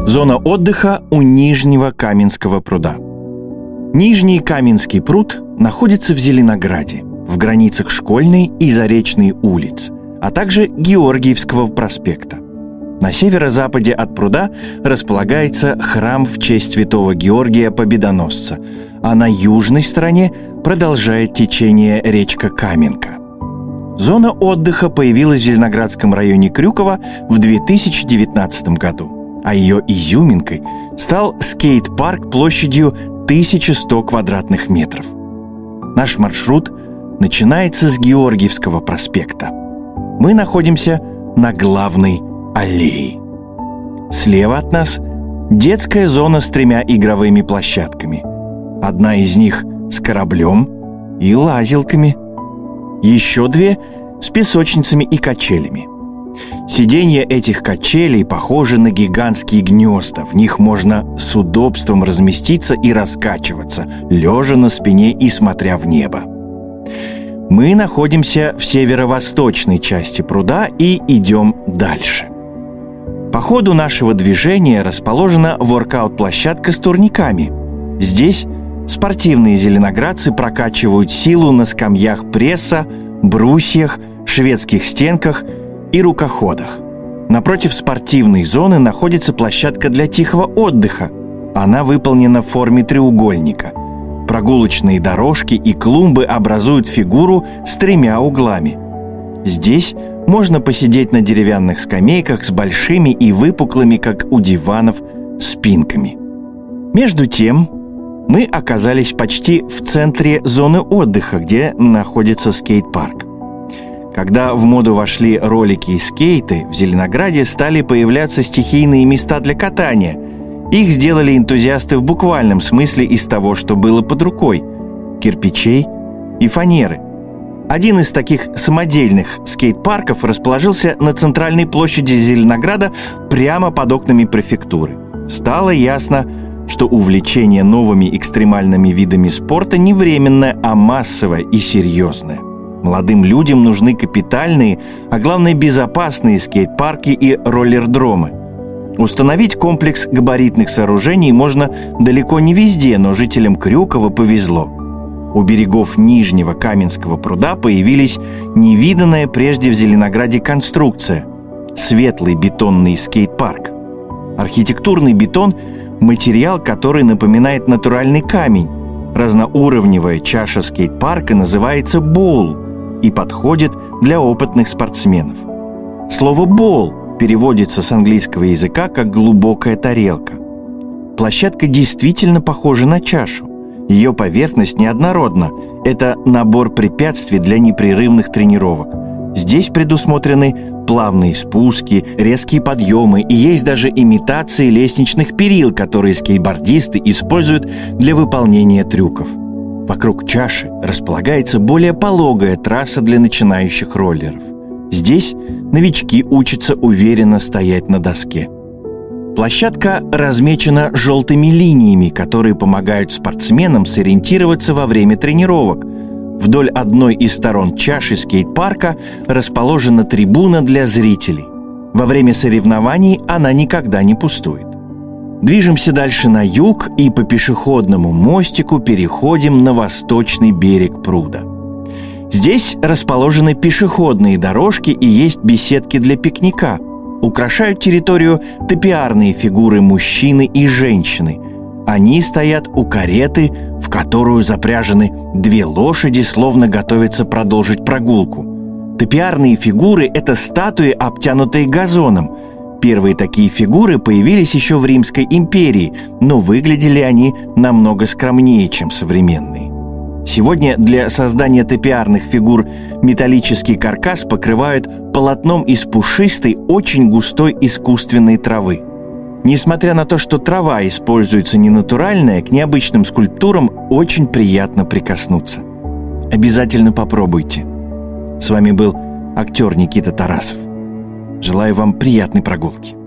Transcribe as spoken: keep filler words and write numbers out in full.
Зона отдыха у Нижнего Каменского пруда. Нижний Каменский пруд находится в Зеленограде, в границах Школьной и Заречной улиц, а также Георгиевского проспекта. На северо-западе от пруда располагается храм в честь святого Георгия Победоносца, а на южной стороне продолжает течение речка Каменка. Зона отдыха появилась в Зеленоградском районе Крюково в две тысячи девятнадцатом году, а ее изюминкой стал скейт-парк площадью тысяча сто квадратных метров. Наш маршрут начинается с Георгиевского проспекта. Мы находимся на главной аллее. Слева от нас детская зона с тремя игровыми площадками. Одна из них с кораблем и лазилками. Еще две с песочницами и качелями. Сиденья этих качелей похожи на гигантские гнезда. В них можно с удобством разместиться и раскачиваться, лежа на спине и смотря в небо. Мы находимся в северо-восточной части пруда и идем дальше. По ходу нашего движения расположена воркаут-площадка с турниками. Здесь спортивные зеленоградцы прокачивают силу на скамьях пресса, брусьях, шведских стенках и рукоходах. Напротив спортивной зоны находится площадка для тихого отдыха. Она выполнена в форме треугольника. Прогулочные дорожки и клумбы образуют фигуру с тремя углами. Здесь можно посидеть на деревянных скамейках с большими и выпуклыми, как у диванов, спинками. Между тем, мы оказались почти в центре зоны отдыха, где находится скейт-парк. Когда в моду вошли ролики и скейты, в Зеленограде стали появляться стихийные места для катания. Их сделали энтузиасты в буквальном смысле из того, что было под рукой – кирпичей и фанеры. Один из таких самодельных скейт-парков расположился на центральной площади Зеленограда прямо под окнами префектуры. Стало ясно, что увлечение новыми экстремальными видами спорта не временное, а массовое и серьезное. Молодым людям нужны капитальные, а главное безопасные скейт-парки и роллердромы. Установить комплекс габаритных сооружений можно далеко не везде, но жителям Крюкова повезло. У берегов Нижнего Каменского пруда появились невиданная прежде в Зеленограде конструкция – светлый бетонный скейт-парк. Архитектурный бетон – материал, который напоминает натуральный камень. Разноуровневая чаша скейт-парка называется боул и подходит для опытных спортсменов. Слово «боул» переводится с английского языка как «глубокая тарелка». Площадка действительно похожа на чашу. Ее поверхность неоднородна. Это набор препятствий для непрерывных тренировок. Здесь предусмотрены плавные спуски, резкие подъемы и есть даже имитации лестничных перил, которые скейтбордисты используют для выполнения трюков. Вокруг чаши располагается более пологая трасса для начинающих роллеров. Здесь новички учатся уверенно стоять на доске. Площадка размечена желтыми линиями, которые помогают спортсменам сориентироваться во время тренировок. Вдоль одной из сторон чаши скейт-парка расположена трибуна для зрителей. Во время соревнований она никогда не пустует. Движемся дальше на юг и по пешеходному мостику переходим на восточный берег пруда. Здесь расположены пешеходные дорожки и есть беседки для пикника. Украшают территорию топиарные фигуры мужчины и женщины. Они стоят у кареты, в которую запряжены две лошади, словно готовятся продолжить прогулку. Топиарные фигуры – это статуи, обтянутые газоном. Первые такие фигуры появились еще в Римской империи, но выглядели они намного скромнее, чем современные. Сегодня для создания топиарных фигур металлический каркас покрывают полотном из пушистой, очень густой искусственной травы. Несмотря на то, что трава используется не натуральная, к необычным скульптурам очень приятно прикоснуться. Обязательно попробуйте. С вами был актер Никита Тарасов. Желаю вам приятной прогулки.